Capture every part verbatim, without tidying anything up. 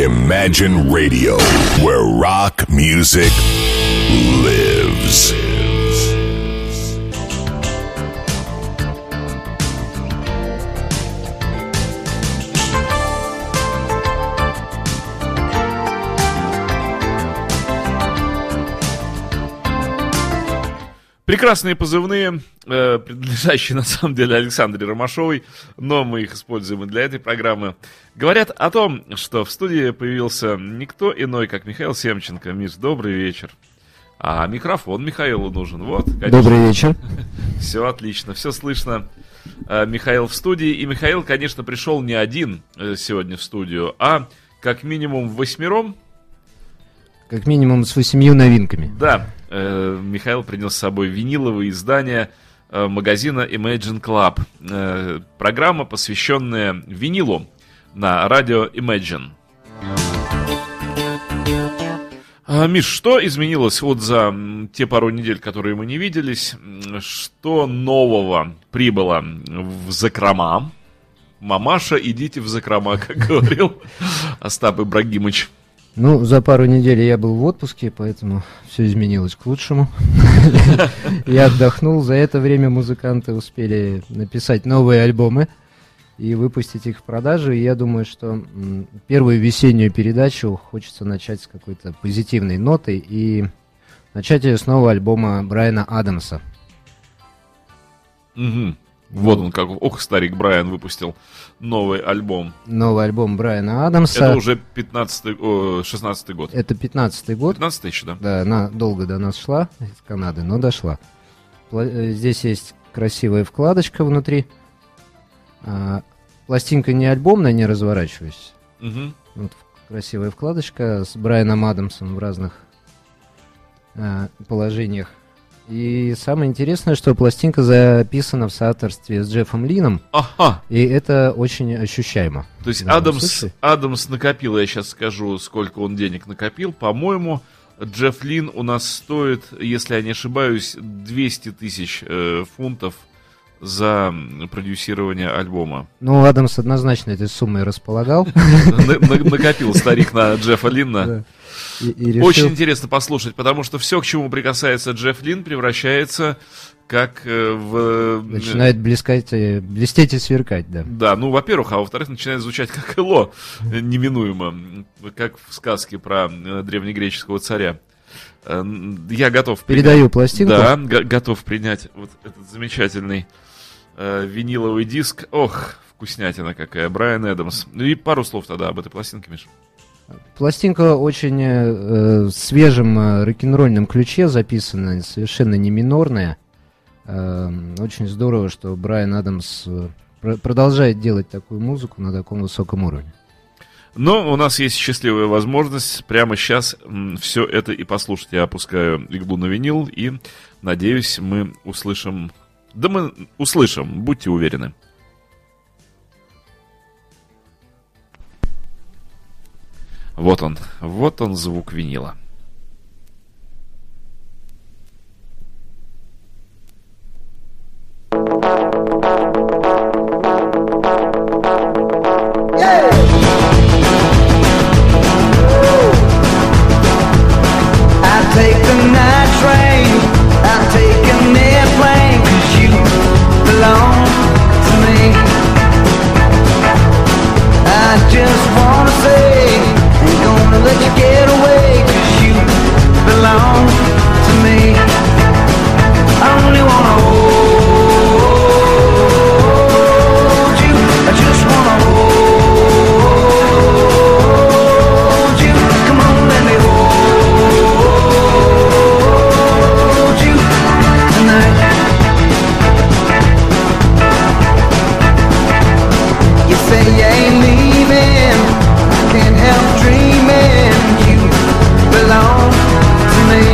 Imagine Radio, where rock music lives. Прекрасные позывные, э, принадлежащие на самом деле Александре Ромашовой, но мы их используем и для этой программы. Говорят о том, что в студии появился никто иной, как Михаил Семченко. Миш, добрый вечер. А микрофон Михаилу нужен. Вот, конечно. Добрый вечер. Все отлично, все слышно. Михаил в студии. И Михаил, конечно, пришел не один сегодня в студию, а как минимум восьмером. Как минимум с восемью новинками. Да, э, Михаил принес с собой виниловые издания э, магазина Imagine Club. Э, программа, посвященная винилу на радио Imagine. А, Миш, что изменилось вот за те пару недель, которые мы не виделись? Что нового прибыло в закрома? Мамаша, идите в закрома, как говорил Остап Ибрагимович. Ну, за пару недель я был в отпуске, поэтому все изменилось к лучшему. Я отдохнул. За это время музыканты успели написать новые альбомы и выпустить их в продажу. И я думаю, что первую весеннюю передачу хочется начать с какой-то позитивной ноты и начать ее с нового альбома Брайана Адамса. Угу. Вот он как, ох, старик Брайан выпустил новый альбом. Новый альбом Брайана Адамса. Это уже пятнадцатый, о, шестнадцатый год. Это пятнадцатый год. пятнадцатый еще, да? Да, она долго до нас шла, из Канады, но дошла. Здесь есть красивая вкладочка внутри. А, пластинка не альбомная, не разворачиваюсь. Угу. Вот красивая вкладочка с Брайаном Адамсом в разных а, положениях. И самое интересное, что пластинка записана в соавторстве с Джеффом Лином. Ага. И это очень ощущаемо. То есть Адамс, Адамс накопил, я сейчас скажу, сколько он денег накопил. По-моему, Джефф Лин у нас стоит, если я не ошибаюсь, двести тысяч э, фунтов за продюсирование альбома. Ну, Адамс однозначно этой суммой располагал. Накопил старик на Джеффа Линна. И, и решил... Очень интересно послушать, потому что все, к чему прикасается Джефф Лин, превращается как э, в... Начинает блескать, блестеть и сверкать, да. Да, ну, во-первых, а во-вторых, начинает звучать как Эло, неминуемо, как в сказке про древнегреческого царя. Я готов... Передаю пластинку. Да, г- готов принять вот этот замечательный э, виниловый диск. Ох, вкуснятина какая, Брайан Адамс. И пару слов тогда об этой пластинке, Миша. Пластинка очень э, свежем э, рок-н-ролльном ключе записана, совершенно не минорная. Э, очень здорово, что Брайан Адамс э, пр- продолжает делать такую музыку на таком высоком уровне. Но у нас есть счастливая возможность прямо сейчас м, все это и послушать. Я опускаю иглу на винил и, надеюсь, мы услышим... Да мы услышим, будьте уверены. Вот он, вот он звук винила. Let you get away, 'cause you belong to me. I only wanna hold you. I just wanna hold you. Come on, let me hold you tonight. You say you ain't leaving, I can't help dreaming. You belong to me.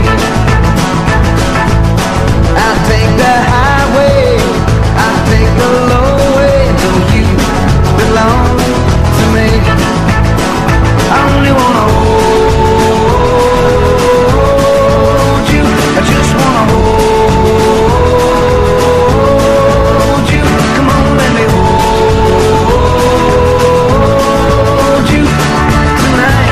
I'll take the highway, I'll take the low way. No, you belong to me. I only wanna hold you. I just wanna hold you. Come on, let me hold you tonight.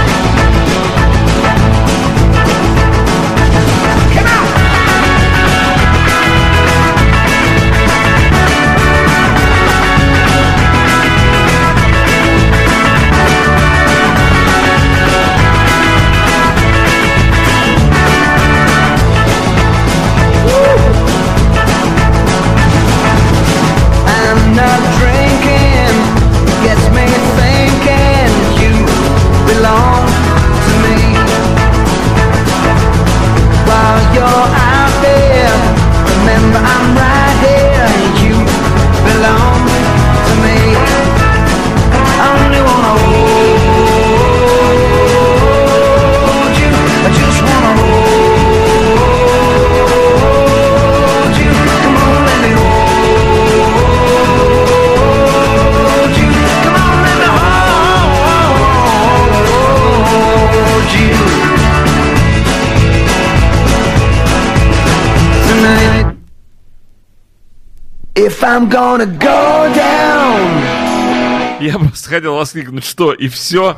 if I'm gonna go down. Я просто хотел воскликнуть, что и все.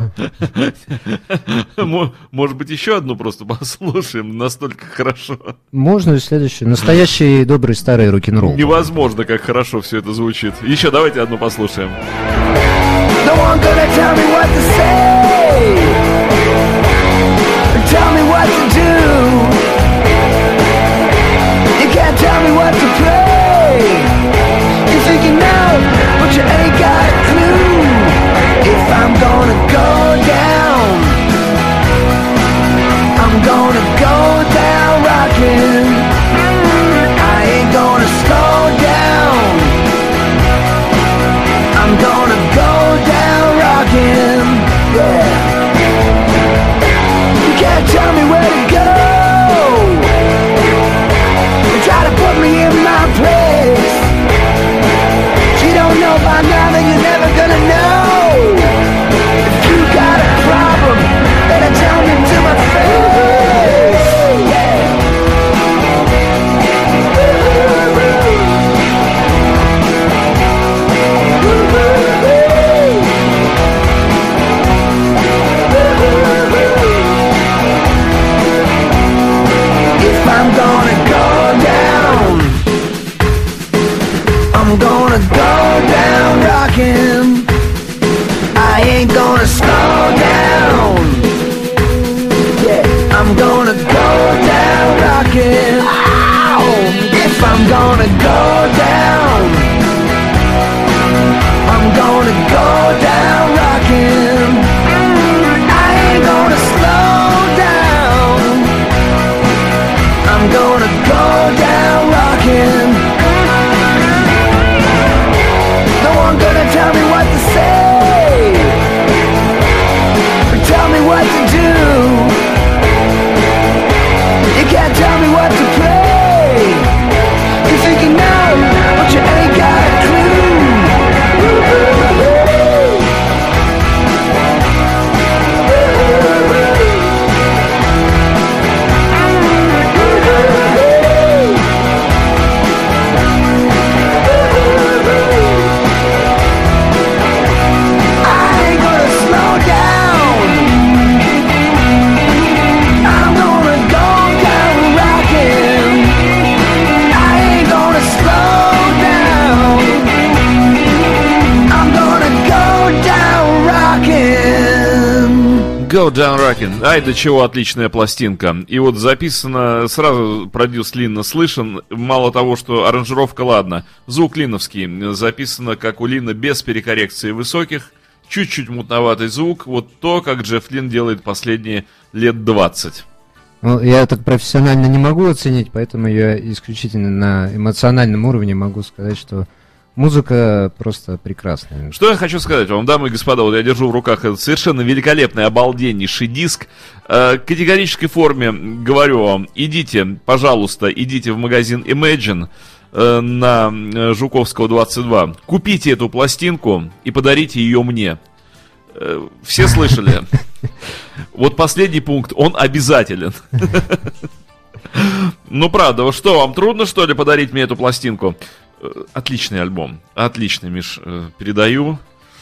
Может быть, еще одну просто послушаем, настолько хорошо. Можно и следующее. Настоящий добрый старый рок-н-ролл. Невозможно, как хорошо все это звучит. Еще давайте одну послушаем. No one gonna tell me what to say, tell me what to do. You can't tell me what to pray. You think you know, but you ain't got a clue. If I'm gonna go down, I'm gonna go down rocking. I ain't gonna slow down. I'm gonna go down rocking. Yeah. You can't tell me where to go. You try to put me in my place. You don't know by now that you're never gonna know. If you got a problem, better tell me to my face. Yeah. If I'm gonna go down, I'm gonna go down rockin'. I ain't gonna slow down. Yeah, I'm gonna go down rockin'. Ow! If I'm gonna go down, I'm gonna go down rockin'. I ain't gonna slow down. I'm gonna go down rockin'. No one gonna tell me what to say, or tell me what to do. You can't tell me what to play. You think you know, but you ain't got a clue. Go Down Rockin'. Ай, до чего отличная пластинка. И вот записано, сразу продюс Линна слышен. Мало того, что аранжировка, ладно, звук линновский. Записано, как у Линна, без перекоррекции высоких. Чуть-чуть мутноватый звук. Вот то, как Джефф Линн делает последние лет двадцать. Ну, я так профессионально не могу оценить, поэтому я исключительно на эмоциональном уровне могу сказать, что музыка просто прекрасная. Что я хочу сказать вам, дамы и господа, вот я держу в руках этот совершенно великолепный, обалденнейший диск. Э, в категорической форме говорю вам, идите, пожалуйста, идите в магазин Imagine э, на Жуковского двадцать два, купите эту пластинку и подарите ее мне. Э, все слышали? Вот последний пункт, он обязателен. Ну правда, вот что, вам трудно что ли подарить мне эту пластинку? Отличный альбом, отличный, Миш, передаю.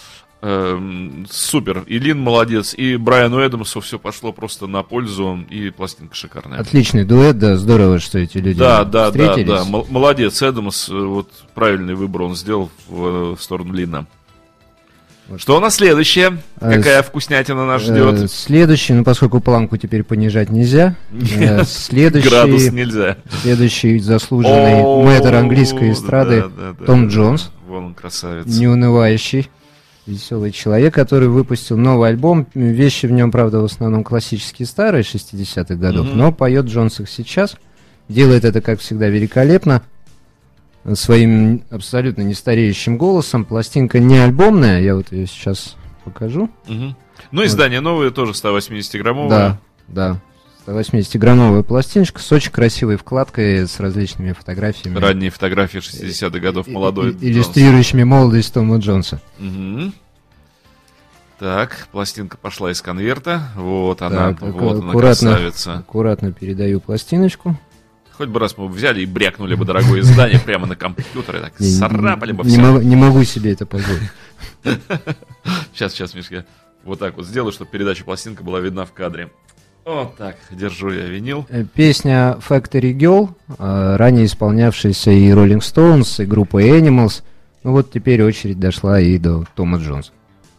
Супер, и Лин молодец, и Брайану Эдамсу все пошло просто на пользу, и пластинка шикарная. Отличный дуэт, да, здорово, что эти люди да, да, встретились. Да, да, молодец, Эдамс, вот правильный выбор он сделал в, в сторону Лина. Вот. Что у нас следующее? А, Какая с... вкуснятина нас ждет? Следующий, ну поскольку планку теперь понижать нельзя. Следующий, градус нельзя. Следующий заслуженный мэтр английской эстрады Том Джонс. Вон он, красавец. Неунывающий, веселый человек, который выпустил новый альбом. Вещи в нем, правда, в основном классические, старые, шестидесятых годов. Но поет Джонс их сейчас. Делает это, как всегда, великолепно. Своим абсолютно нестареющим голосом. Пластинка не альбомная, я вот ее сейчас покажу. Угу. Ну, издание вот. Новое, тоже сто восьмидесятиграммовое. Да, да, сто восьмидесятиграммовая пластиночка с очень красивой вкладкой, с различными фотографиями. Ранние фотографии шестидесятых годов, молодой и, иллюстрирующими молодость Тома Джонса. Угу. Так, пластинка пошла из конверта. Вот она, так, вот аккуратно, она, красавица. Аккуратно передаю пластиночку. Хоть бы раз мы взяли и брякнули бы дорогое издание прямо на компьютере, так Не- царапали бы не, все. могу, не могу себе это позволить. Сейчас, сейчас, Мишка, я вот так вот сделаю, чтобы передача пластинка была видна в кадре. Вот так, держу я винил. Э, Песня Factory Girl, э, ранее исполнявшаяся и Rolling Stones, и группой Animals. Ну вот теперь очередь дошла и до Тома Джонса.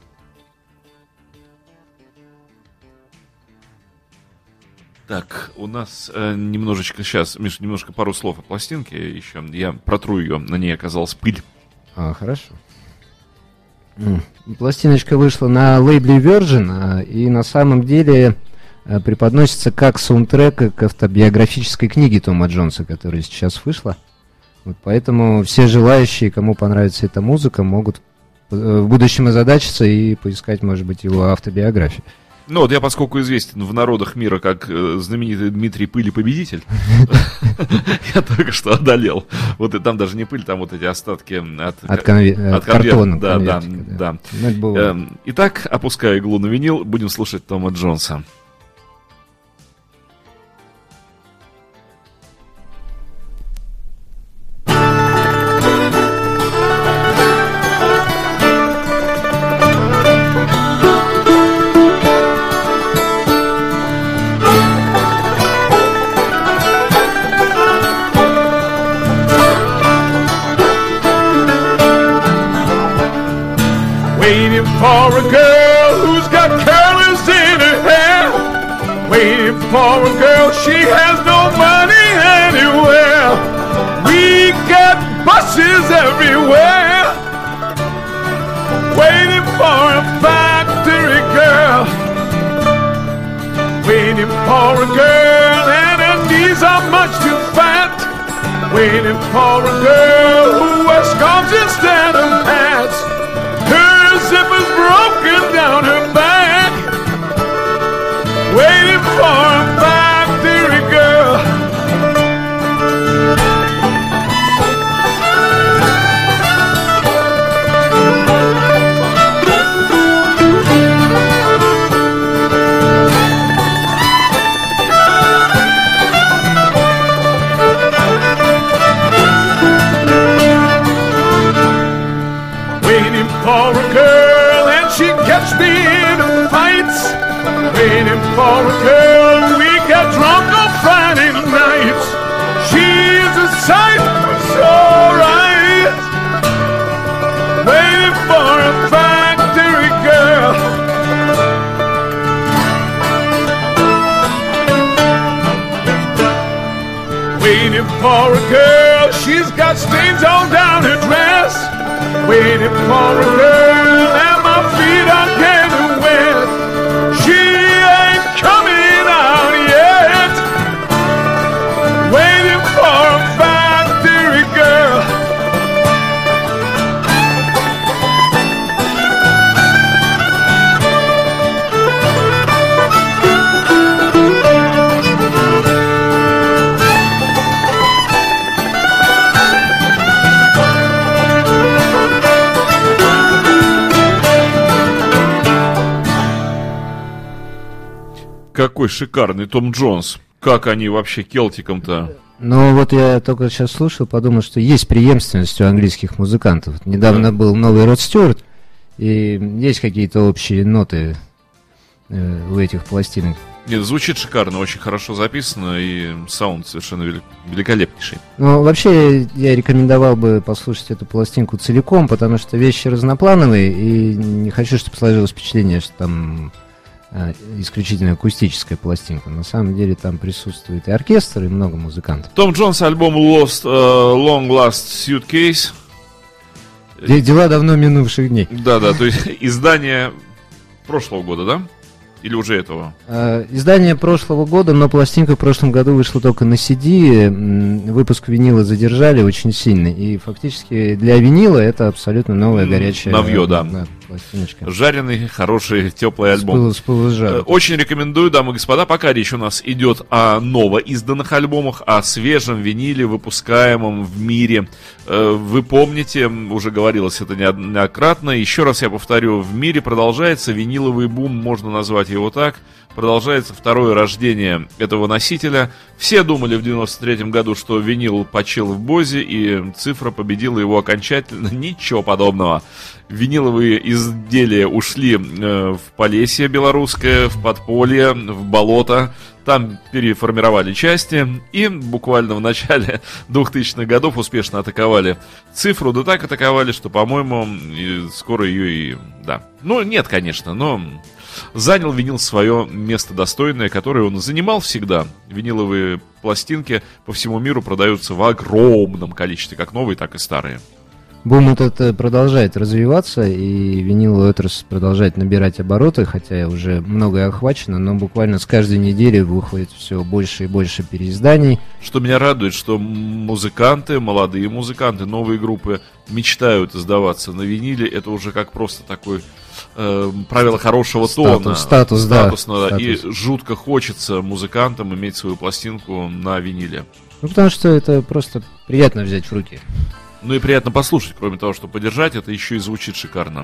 Так, у нас э, немножечко сейчас, Миш, немножко пару слов о пластинке еще. Я протру ее, на ней оказалась пыль. А, хорошо. М, Пластиночка вышла на лейбле Virgin, а, и на самом деле а, преподносится как саундтрек к автобиографической книге Тома Джонса, которая сейчас вышла. Вот поэтому все желающие, кому понравится эта музыка, могут э, в будущем озадачиться и поискать, может быть, его автобиографию. Ну вот я, поскольку известен в народах мира как э, знаменитый Дмитрий Пыли Победитель, я только что одолел. Вот и там даже не пыль, там вот эти остатки от От, конве- от от картона. Да, да, конвертика, да. Ну, это бывает. Эм, Итак, опускаю иглу на винил, будем слушать Тома Джонса. Waiting for a girl who's got curlers in her hair. Waiting for a girl, she has no money anywhere. We got buses everywhere. Waiting for a factory girl. Waiting for a girl and her knees are much too fat. Waiting for a girl who wears scarves instead of hats. Her zipper's broken down her back. Waiting for a factory girl. Waiting for a girl and she gets me in fights. Waiting for a girl, we get drunk on Friday nights. She's a sight so right. Waiting for a factory girl. Waiting for a girl, she's got stains all down her dress. Waiting for a girl and my feet are getting wet. She ain't coming out yet. Waiting for a factory girl. Какой шикарный Том Джонс. Как они вообще келтиком-то? Ну вот я только сейчас слушал, подумал, что есть преемственность у английских музыкантов. Недавно был новый Род Стюарт, и есть какие-то общие ноты э, у этих пластинок. Нет, звучит шикарно, очень хорошо записано, и саунд совершенно велик- великолепнейший. Ну, вообще, я рекомендовал бы послушать эту пластинку целиком, потому что вещи разноплановые, и не хочу, чтобы сложилось впечатление, что там э, исключительно акустическая пластинка. На самом деле там присутствует и оркестр, и много музыкантов. Том Джонс, альбом Lost, э, Long Last Suitcase. Де- Дела давно минувших дней. Да-да, то есть издание прошлого года, да? Или уже этого? Э, Издание прошлого года, но пластинка в прошлом году вышла только на си ди. м, Выпуск винила задержали очень сильно. И фактически для винила это абсолютно новая М, горячая... новье, да. пластиночка. Жареный, хороший, теплый альбом. С пылу, с пылу с жару. Очень рекомендую, дамы и господа, пока речь у нас идет о новоизданных альбомах, о свежем виниле, выпускаемом в мире. Вы помните, уже говорилось это неоднократно, еще раз я повторю, в мире продолжается виниловый бум, можно назвать его так. Продолжается второе рождение этого носителя. Все думали в девяносто третьем году, что винил почил в Бозе, и цифра победила его окончательно. Ничего подобного. Виниловые изделия ушли э, в Полесье белорусское, в подполье, в болото. Там переформировали части и буквально в начале двухтысячных годов успешно атаковали цифру. Да так атаковали, что, по-моему, скоро ее и... Да. Ну, нет, конечно, но... Занял винил свое место достойное, которое он занимал всегда. Виниловые пластинки по всему миру продаются в огромном количестве, как новые, так и старые. Бум этот продолжает развиваться, и виниловая отрасль продолжает набирать обороты, хотя уже многое охвачено, но буквально с каждой недели выходит все больше и больше переизданий. Что меня радует, что музыканты, молодые музыканты, новые группы мечтают издаваться на виниле. Это уже как просто такой э, правило хорошего статус, тона. Статус, статусно, да. И статус. жутко хочется музыкантам иметь свою пластинку на виниле. Ну, потому что это просто приятно взять в руки. Ну и приятно послушать, кроме того, что подержать, это еще и звучит шикарно.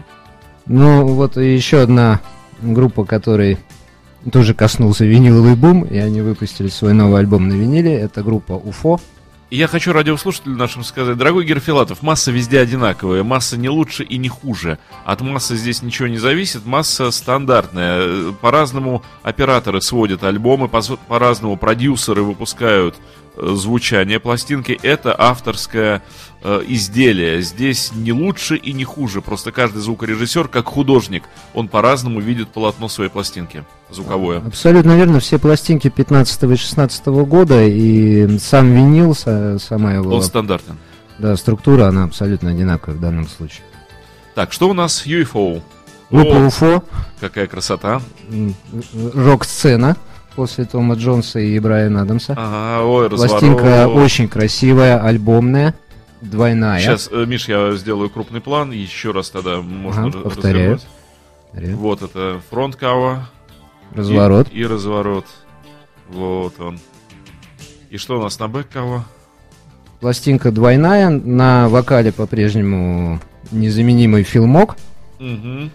Ну, вот еще одна группа, которой тоже коснулся виниловый бум, и они выпустили свой новый альбом на виниле, это группа «Уфо». И я хочу радиослушателям нашим сказать: дорогой Гер Филатов, масса везде одинаковая, масса не лучше и не хуже. От массы здесь ничего не зависит, масса стандартная. По-разному операторы сводят альбомы, по- по-разному продюсеры выпускают э, звучание пластинки. Это авторское э, изделие. Здесь не лучше и не хуже. Просто каждый звукорежиссер, как художник, он по-разному видит полотно своей пластинки звуковое. Абсолютно верно, все пластинки пятнадцатого и шестнадцатого года, и сам винил, са- сама его... Он стандартен. Да, структура, она абсолютно одинаковая в данном случае. Так, что у нас ю эф о? Группа О, «Уфо», какая красота. м, рок-сцена после Тома Джонса и Брайана Адамса. Ага, ой, Пластинка разворот. очень красивая, альбомная, двойная. Сейчас, э, Миш, я сделаю крупный план, еще раз тогда можно Ага, р- повторяю. развернуть. Вот это фронт-кава. Разворот. И, и разворот. Вот он. И что у нас на бэк-кава? Пластинка двойная, на вокале по-прежнему незаменимый Фил Мок. Угу.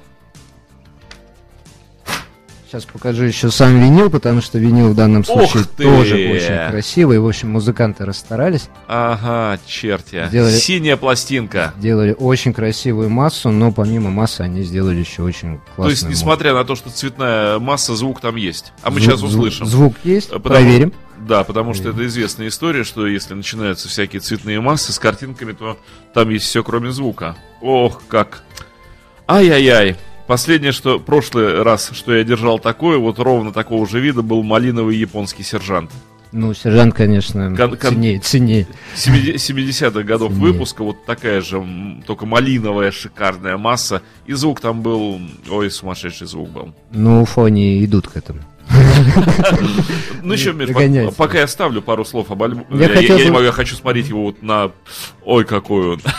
Сейчас покажу еще сам винил, потому что винил в данном случае ты! тоже очень красивый. В общем, музыканты расстарались. Ага, черти. Сделали- Синяя пластинка. Делали очень красивую массу, но помимо массы они сделали еще очень классную. То есть, несмотря на то, что цветная масса, звук там есть. А мы Звук- сейчас услышим. Звук есть, Потому- проверим. Да, потому что это известная история, что если начинаются всякие цветные массы с картинками, то там есть все, кроме звука. Ох, как. Ай-яй-яй. Последнее, что прошлый раз, что я держал такое, вот ровно такого же вида, был малиновый японский сержант. Ну, сержант, конечно, Кон- кон- ценнее, ценнее. семидесятых годов Ценнее. выпуска, вот такая же, м, только малиновая шикарная масса. И звук там был, ой, сумасшедший звук был. Ну, Уфо они идут к этому. Ну еще, Миш, Догоняйте. по- пока я ставлю пару слов об альбоме. Я Я, хотел я не бы- могу, я хочу смотреть его вот на... Ой, какой он.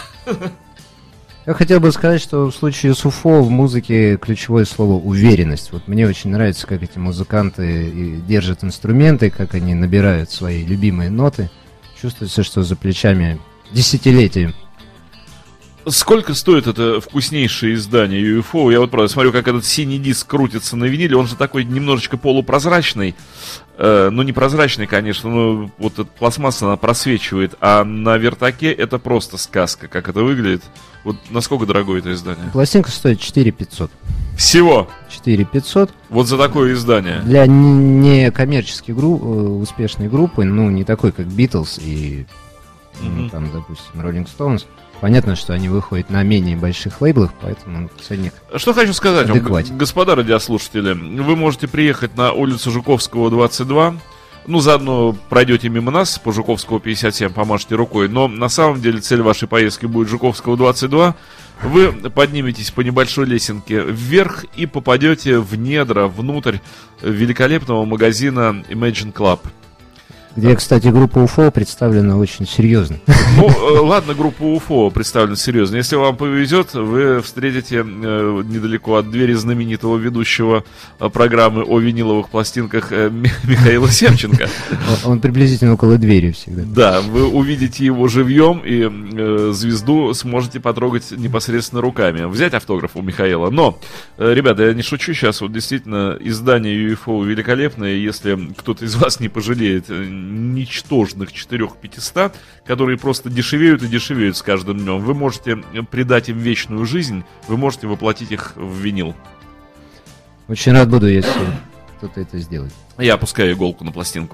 Я хотел бы сказать, что в случае с Уфо в музыке ключевое слово уверенность. Вот мне очень нравится, как эти музыканты и держат инструменты, как они набирают свои любимые ноты. Чувствуется, что за плечами десятилетия. Сколько стоит это вкуснейшее издание ю эф о? Я вот правда смотрю, как этот синий диск крутится на виниле. Он же такой немножечко полупрозрачный. Э, ну, не прозрачный, конечно, но вот эта пластмасса, она просвечивает. А на вертаке это просто сказка, как это выглядит. Вот насколько дорогое это издание? Пластинка стоит четыре пятьсот. Всего! четыре пятьсот. Вот за такое издание. Для не- некоммерческой гру- э, успешной группы, ну, не такой, как Битлз и, ну, Мгм. там, допустим, Роллинг Стоунс, понятно, что они выходят на менее больших лейблах, поэтому ценник. Что хочу сказать вам, Адекватен. г- господа радиослушатели. Вы можете приехать на улицу Жуковского, двадцать два. Ну, заодно пройдете мимо нас по Жуковского пятьдесят семь, помашете рукой. Но на самом деле цель вашей поездки будет Жуковского двадцать два. Вы подниметесь по небольшой лесенке вверх и попадете в недра, внутрь великолепного магазина Imagine Club. Где, кстати, группа УФО представлена очень серьезно. Ну, э, ладно, группа УФО представлена серьезно. Если вам повезет, вы встретите э, недалеко от двери знаменитого ведущего э, программы о виниловых пластинках э, Михаила Семченко. Он приблизительно около двери всегда. Да, вы увидите его живьем и э, звезду сможете потрогать непосредственно руками. Взять автограф у Михаила. Но, э, ребята, я не шучу сейчас. Вот действительно, издание ю эф о великолепное. Если кто-то из вас не пожалеет ничтожных четырех пятисот, которые просто дешевеют и дешевеют с каждым днем, вы можете придать им вечную жизнь, вы можете воплотить их в винил. Очень рад буду, если кто-то это сделает. Я опускаю иголку на пластинку.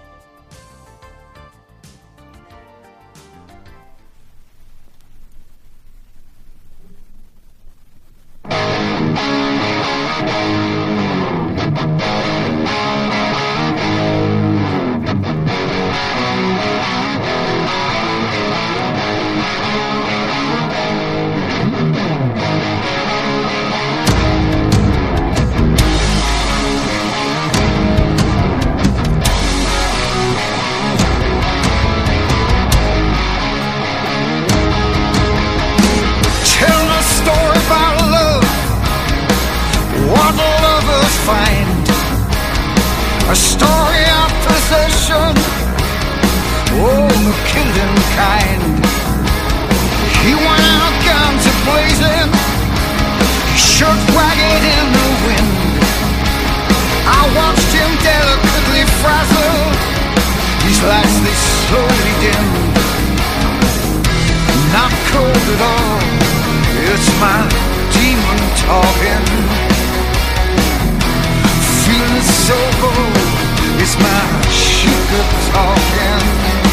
A story of possession, oh, the killing kind. He went out guns a-blazing, shirt wagging in the wind. I watched him delicately frazzle, his lights they slowly dimmed. Not cold at all, it's my demon talking. Feeling so bold, it's my sugar talking.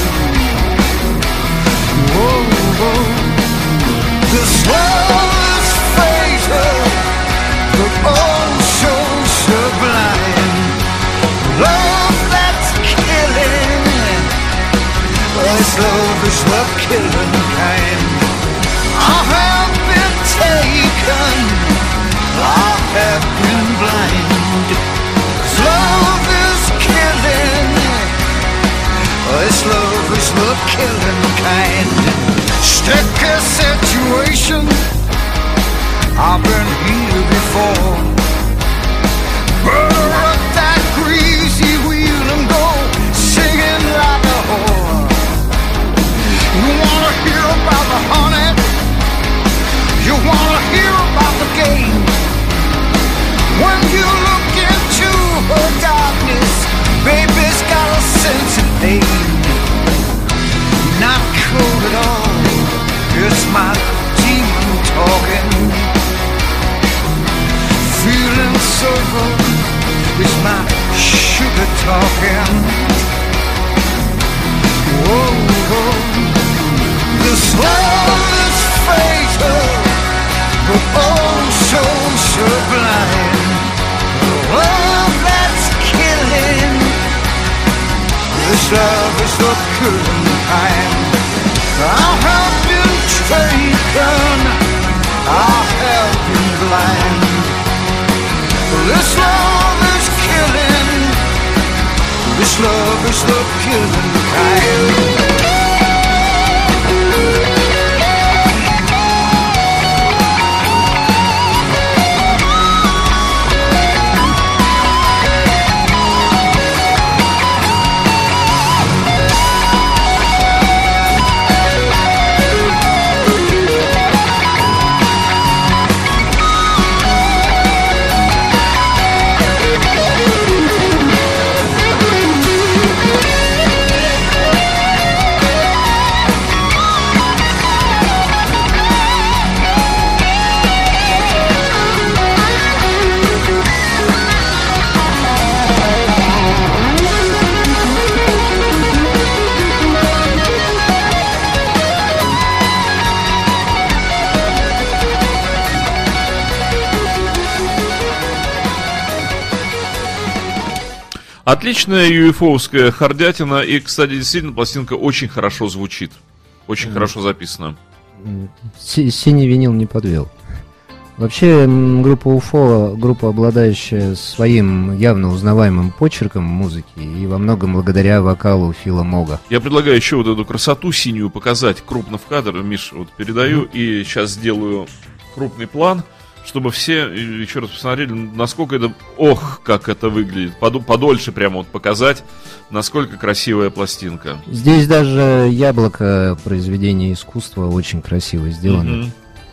Whoa, whoa. This love is fatal, but oh so sublime. Love that's killing, this love is the killing kind. I have been taken, I have been blind. Love is killing, this love is the killing kind. Sticky situation, I've been here before. Burn up that greasy wheel and go singing like a whore. You wanna hear about the honey? You wanna hear about the game? When you look into her darkness, baby's got a sense of pain. Not cold at all, it's my demon talking. Feeling so good, it's my sugar talking. Whoa, whoa, this love is fatal, but oh so sublime. Love that's killing, this love is the killing kind. I have been taken, I have been blind. This love is killing, this love is the killing kind. Отличная ю эф о-овская хардятина. И, кстати, действительно, пластинка очень хорошо звучит. Очень mm. хорошо записана. Си- синий винил не подвел. Вообще, м, группа УФО, группа, обладающая своим явно узнаваемым почерком музыки, и во многом благодаря вокалу Фила Мога. Я предлагаю еще вот эту красоту синюю показать крупно в кадр. Миш, вот передаю, mm-hmm. и сейчас сделаю крупный план, чтобы все еще раз посмотрели, насколько это... Ох, как это выглядит. Под, подольше прямо вот показать, насколько красивая пластинка. Здесь даже яблоко произведения искусства очень красиво сделано. Mm-hmm.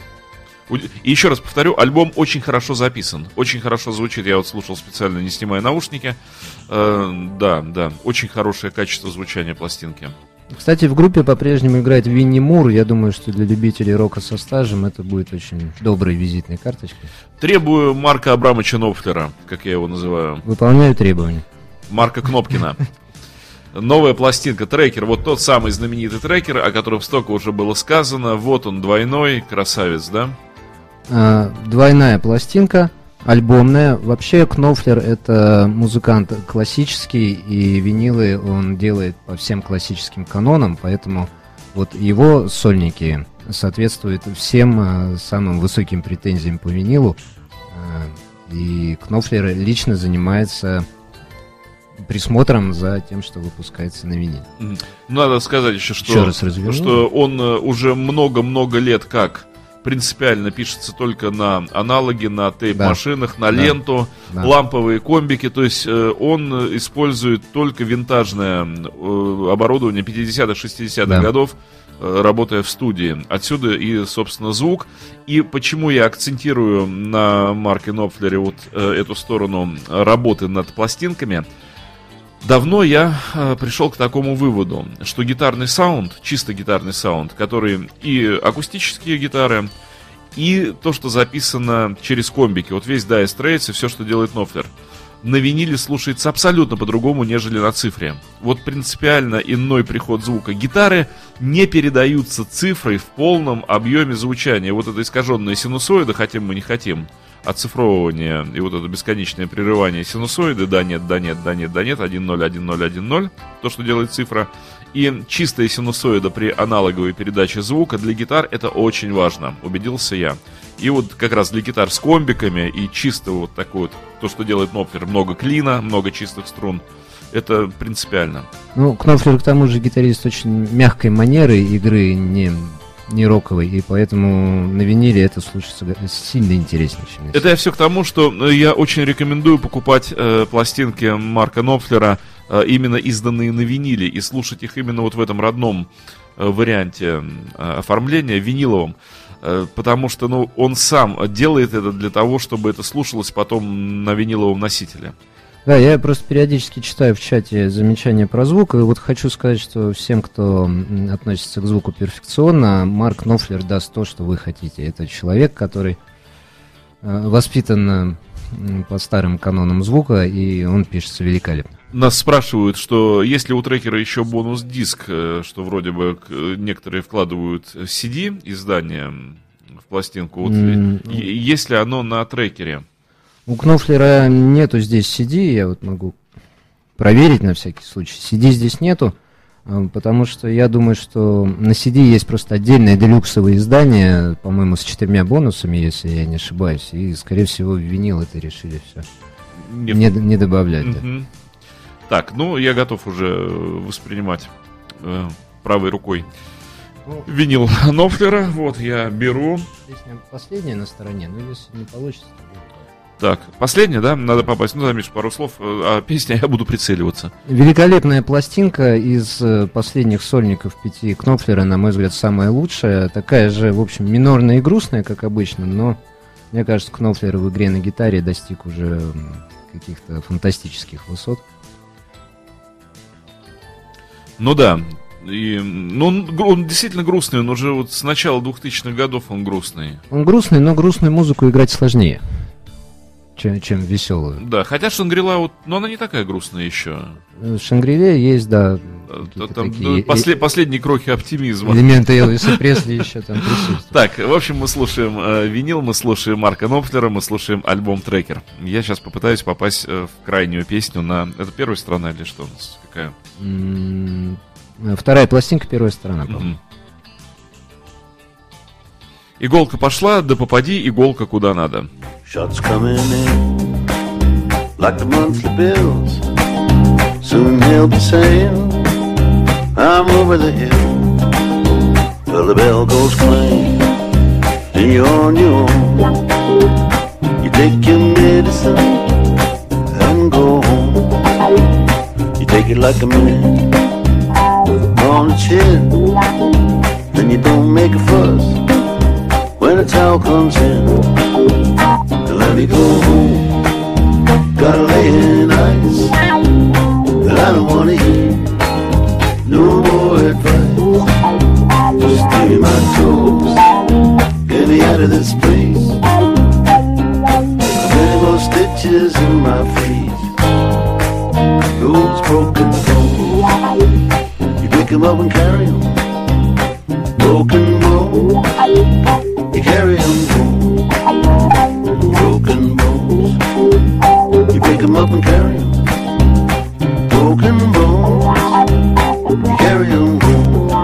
И еще раз повторю, альбом очень хорошо записан, очень хорошо звучит. Я вот слушал специально, не снимая наушники. э, Да, да, очень хорошее качество звучания пластинки. Кстати, в группе по-прежнему играет Винни Мур. Я думаю, что для любителей рока со стажем это будет очень доброй визитной карточкой. Требую Марка Абрамовича Нопфлера, как я его называю. Выполняю требования. Марка Кнопкина. Новая пластинка, трекер, вот тот самый знаменитый трекер, о котором столько уже было сказано. Вот он, двойной, красавец, да? А, двойная пластинка, альбомная. Вообще Кнофлер — это музыкант классический, и винилы он делает по всем классическим канонам, поэтому вот его сольники соответствуют всем а, самым высоким претензиям по винилу. А, и Кнофлер лично занимается присмотром за тем, что выпускается на виниле. Надо сказать еще, что, еще раз разверну. Что он уже много-много лет как принципиально пишется только на аналоги, на тейп-машинах, да. на ленту, да. Да. ламповые комбики. То есть он использует только винтажное оборудование пятидесятых, шестидесятых да. годов, работая в студии. Отсюда и, собственно, звук. И почему я акцентирую на Марке Нопфлере вот эту сторону работы над пластинками. Давно я э, пришел к такому выводу, что гитарный саунд, чисто гитарный саунд, который и акустические гитары, и то, что записано через комбики, вот весь Dire Straits и все, что делает Нопфлер, на виниле слушается абсолютно по-другому, нежели на цифре. Вот принципиально иной приход звука. Гитары не передаются цифрой в полном объеме звучания. Вот это искаженная синусоида, хотим мы не хотим, оцифровывание и вот это бесконечное прерывание синусоиды, да нет, да нет, да нет, да нет, один ноль, один ноль, один ноль, то, что делает цифра, и чистая синусоида при аналоговой передаче звука для гитар — это очень важно, убедился я. И вот как раз для гитар с комбиками и чисто вот такое вот, то, что делает Нопфлер, много клина, много чистых струн, это принципиально. Ну, Кнофлер, к тому же, гитарист очень мягкой манеры игры, не... не роковый, и поэтому на виниле это слушается сильно интереснее, чем это я все к тому, что я очень рекомендую покупать э, пластинки Марка Нопфлера, э, именно изданные на виниле, и слушать их именно вот в этом родном э, варианте э, оформления, виниловом, э, потому что ну, он сам делает это для того, чтобы это слушалось потом на виниловом носителе. Да, я просто периодически читаю в чате замечания про звук, и вот хочу сказать, что всем, кто относится к звуку перфекционно, Марк Нопфлер даст то, что вы хотите. Это человек, который э, воспитан э, по старым канонам звука, и он пишется великолепно. Нас спрашивают, что есть ли у трекера еще бонус-диск, э, что вроде бы э, некоторые вкладывают си ди издание в пластинку. Вот, mm-hmm. и, есть ли оно на трекере? У Кнофлера нету здесь си ди, я вот могу проверить на всякий случай. си ди здесь нету, потому что я думаю, что на си ди есть просто отдельное делюксовое издание, по-моему, с четырьмя бонусами, если я не ошибаюсь, и, скорее всего, в винил это решили все не, не, не добавлять. Mm-hmm. Да. Так, ну, я готов уже воспринимать э, правой рукой ну, винил Нопфлера, вот, я беру. Песня последняя на стороне, но если не получится, то... Так, последняя, да? Надо попасть. Ну, да, Миш, пару слов. А песня я буду прицеливаться. Великолепная пластинка из последних сольников пяти Кнофлера, на мой взгляд, самая лучшая. Такая же, в общем, минорная и грустная, как обычно, но, мне кажется, Кнофлер в игре на гитаре достиг уже каких-то фантастических высот. Ну да. И, ну, он, он действительно грустный, он уже вот с начала двухтысячных годов он грустный. Он грустный, но грустную музыку играть сложнее. Чем, чем веселую. Да, хотя Шангрила, вот, но она не такая грустная еще. В Шангриле есть, да, там, такие после, последние крохи оптимизма. Элементы Элвиса Пресли еще там присутствуют. Так, в общем, мы слушаем э, винил, мы слушаем Марка Нопфлера, мы слушаем альбом «Трекер». Я сейчас попытаюсь попасть э, в крайнюю песню на... Это первая сторона или что у нас? Какая? М-м- вторая пластинка, первая сторона, по-моему. Mm-hmm. Иголка пошла, да попади, иголка куда надо. Shots coming in like the monthly bills. Soon he'll be saying, I'm over the hill. Well, the bell goes clang, and you're on your own. You take your medicine and go home. You take it like a man on the chin. Then you don't make a fuss when a towel comes in. Now let me go home. Gotta lay in ice, but I don't wanna hear no more advice. Just give me my toes, get me out of this place. Many more stitches in my face. Those broken bones, you pick 'em up and carry 'em. Broken bones, you carry 'em home. Broken bones, you pick 'em up and carry 'em. Broken bones, you carry 'em home.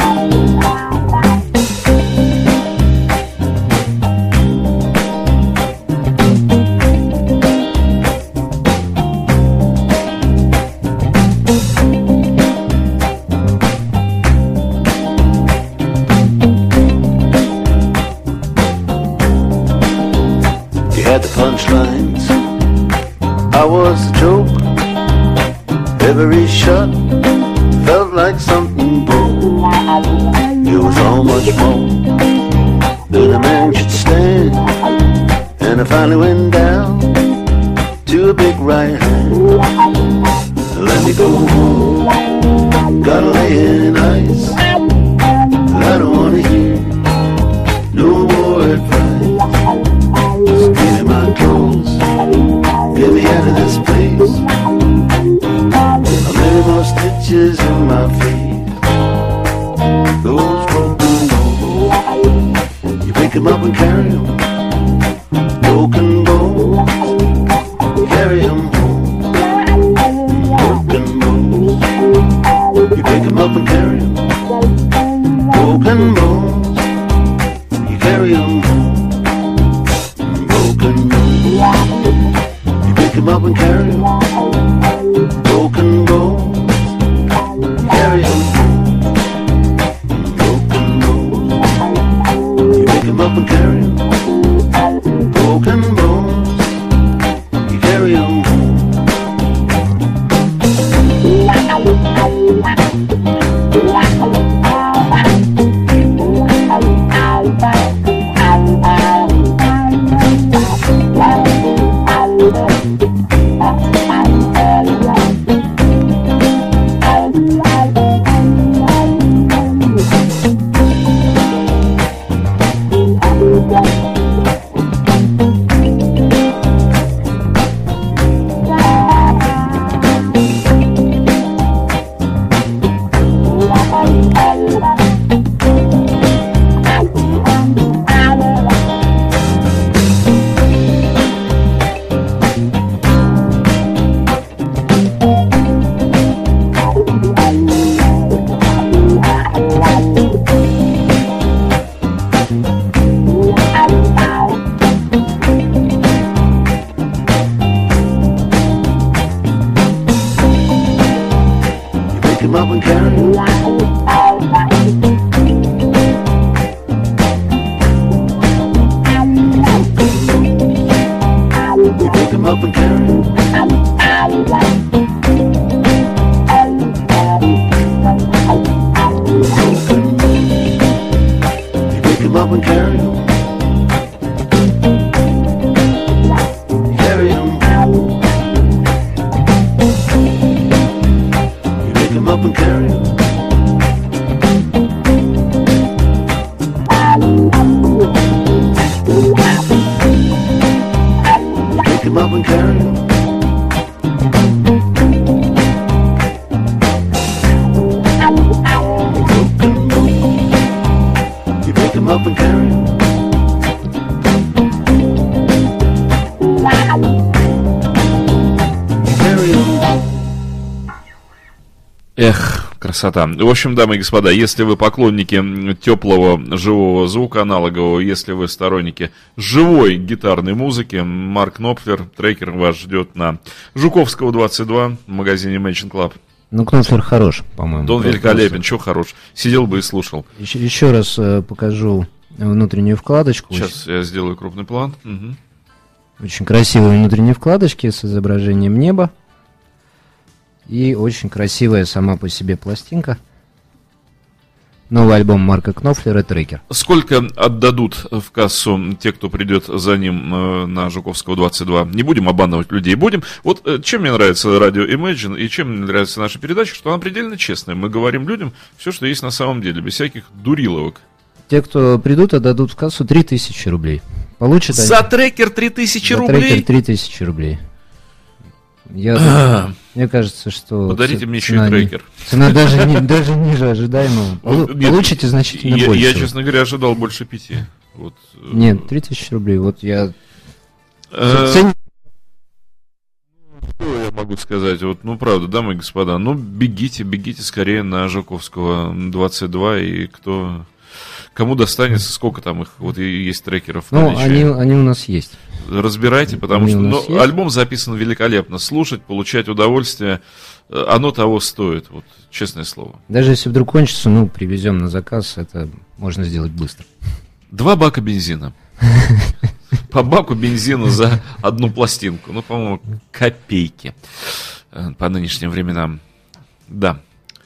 Had the punchlines, I was the joke. Every shot felt like something broke. It was all much more than a man should stand. And I finally went down to a big right hand. Let me go home, gotta lay in ice. I don't wanna hear no more advice. Just give me my clothes, get me out of this place. How many more stitches in my face? Those broken bones, you pick 'em up and carry 'em. Broken bones, you carry 'em home. Broken bones, you pick 'em up and carry 'em. Broken bones, you carry 'em home. Broken bones, you pick 'em up and carry 'em. Broken bones, you carry 'em home. Broken bones, you pick 'em up and carry 'em. Broken bones, you carry 'em home. Эх, красота. В общем, дамы и господа, если вы поклонники теплого живого звука аналогового, если вы сторонники живой гитарной музыки, Марк Knopfler, трекер вас ждет на Жуковского двадцать два в магазине Mansion Club. Ну, Knopfler хорош, по-моему. Да он великолепен, чего хорош. Сидел бы и слушал. Еще, еще раз э, покажу внутреннюю вкладочку. Сейчас я сделаю крупный план. Угу. Очень красивые внутренние вкладочки с изображением неба. И очень красивая сама по себе пластинка. Новый альбом Марка Knopfler «Трекер». Сколько отдадут в кассу те, кто придет за ним э, на Жуковского двадцать два? Не будем обманывать людей, будем. Вот э, чем мне нравится радио Imagine и чем мне нравится наша передача, что она предельно честная. Мы говорим людям все, что есть на самом деле, без всяких дуриловок. Те, кто придут, отдадут в кассу три тысячи рублей. Получат за они... трекер три тысячи за рублей? трекер три тысячи рублей. Я, мне кажется, что... Подарите мне еще и трекер. Не, цена даже, не, даже ниже ожидаемого. Полу, Нет, получите значительно я, больше. Я, честно говоря, ожидал больше пяти. Вот. Нет, три тысячи рублей. Вот я... Э, что я могу сказать? Вот, ну, правда, дамы и господа, ну, бегите, бегите скорее на Жуковского двадцать два, и кто... Кому достанется, сколько там их, вот и есть трекеров. Ну, они, они у нас есть. Разбирайте, потому они что ну, альбом записан великолепно. Слушать, получать удовольствие, оно того стоит, вот, честное слово. Даже если вдруг кончится, ну, привезем на заказ, это можно сделать быстро. Два бака бензина. По баку бензина за одну пластинку. Ну, по-моему, копейки по нынешним временам. Да.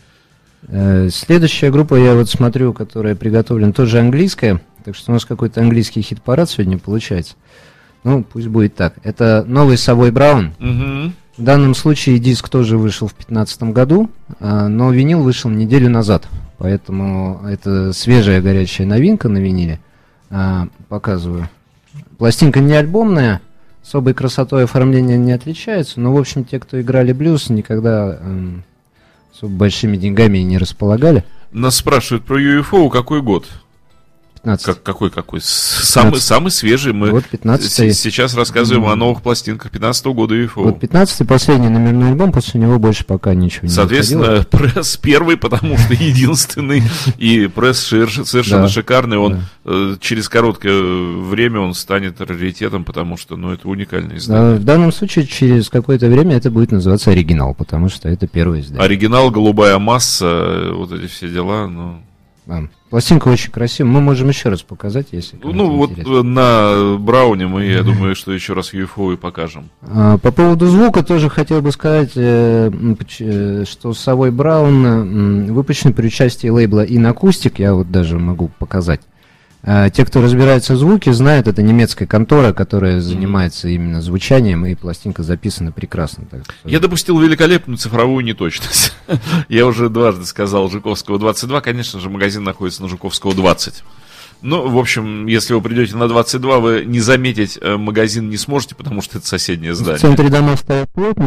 Следующая группа, я вот смотрю, которая приготовлена, тоже английская, так что у нас какой-то английский хит-парад сегодня получается. Ну, пусть будет так. Это новый Savoy Brown. Угу. В данном случае диск тоже вышел в две тысячи пятнадцатом году, но винил вышел неделю назад, поэтому это свежая горячая новинка на виниле. Показываю. Пластинка не альбомная, особой красотой оформления не отличается, но, в общем, те, кто играли блюз, никогда... особо большими деньгами и не располагали. Нас спрашивают про ю эф о, какой год? пятнадцатый. Как, какой, какой? Самый, самый свежий. Мы вот пятнадцатый. Сейчас рассказываем mm-hmm. о новых пластинках пятнадцатого года ю эф о. Вот пятнадцатый, последний номерной альбом, после него больше пока ничего не Соответственно, выходило. пресс первый, потому что единственный, и пресс совершенно шикарный. Он через короткое время он станет раритетом, потому что, ну, это уникальное издание. В данном случае, через какое-то время это будет называться оригинал, потому что это первое издание. Оригинал, голубая масса, вот эти все дела, ну... Да. Пластинка очень красивая. Мы можем еще раз показать, если ну вот интересно. На Брауне мы, я думаю, что еще раз ю эф о и покажем. А, по поводу звука тоже хотел бы сказать, э, что Savoy Brown э, выпущен при участии лейбла In Acoustic, я вот даже могу показать. А, те, кто разбирается в звуке, знают, это немецкая контора, которая занимается именно звучанием, и пластинка записана прекрасно. Так я допустил великолепную цифровую неточность. Я уже дважды сказал Жуковского двадцать два, конечно же, магазин находится на Жуковского двадцать. Ну, в общем, если вы придете на двадцать два, вы не заметить магазин не сможете, потому что это соседнее здание. В центре дома стоят плотно.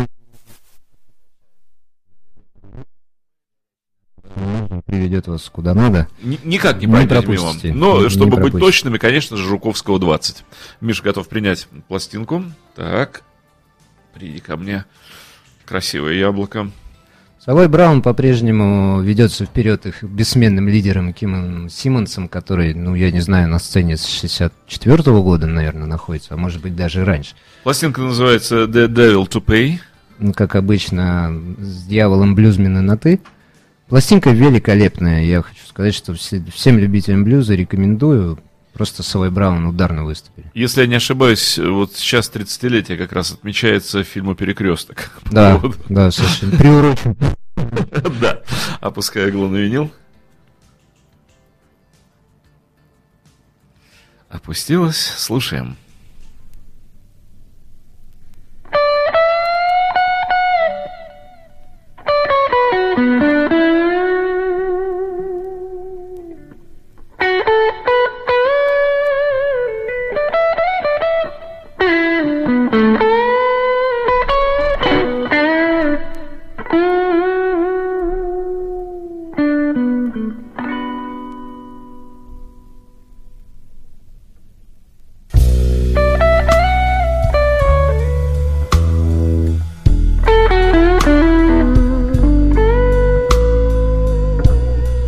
Приведет вас куда надо. Н- никак не пройдете мимо. Но, не, чтобы не быть точными, конечно же, Жуковского двадцать. Миша готов принять пластинку. Так, приди ко мне. Красивое яблоко. Savoy Brown по-прежнему ведется вперед их бессменным лидером Кимом Симмонсом, который, ну, я не знаю, на сцене с шестьдесят четвёртого года, наверное, находится, а может быть даже раньше. Пластинка называется The Devil to Pay. Ну, как обычно, с дьяволом блюзмена на «ты». Пластинка великолепная, я хочу сказать, что все, всем любителям блюза рекомендую. Просто Savoy Brown ударно выступили. Если я не ошибаюсь, вот сейчас тридцатилетие как раз отмечается фильму «Перекресток». Да, да, совершенно. Приурочен. Да, опускаю иглу на винил. Опустилась, слушаем.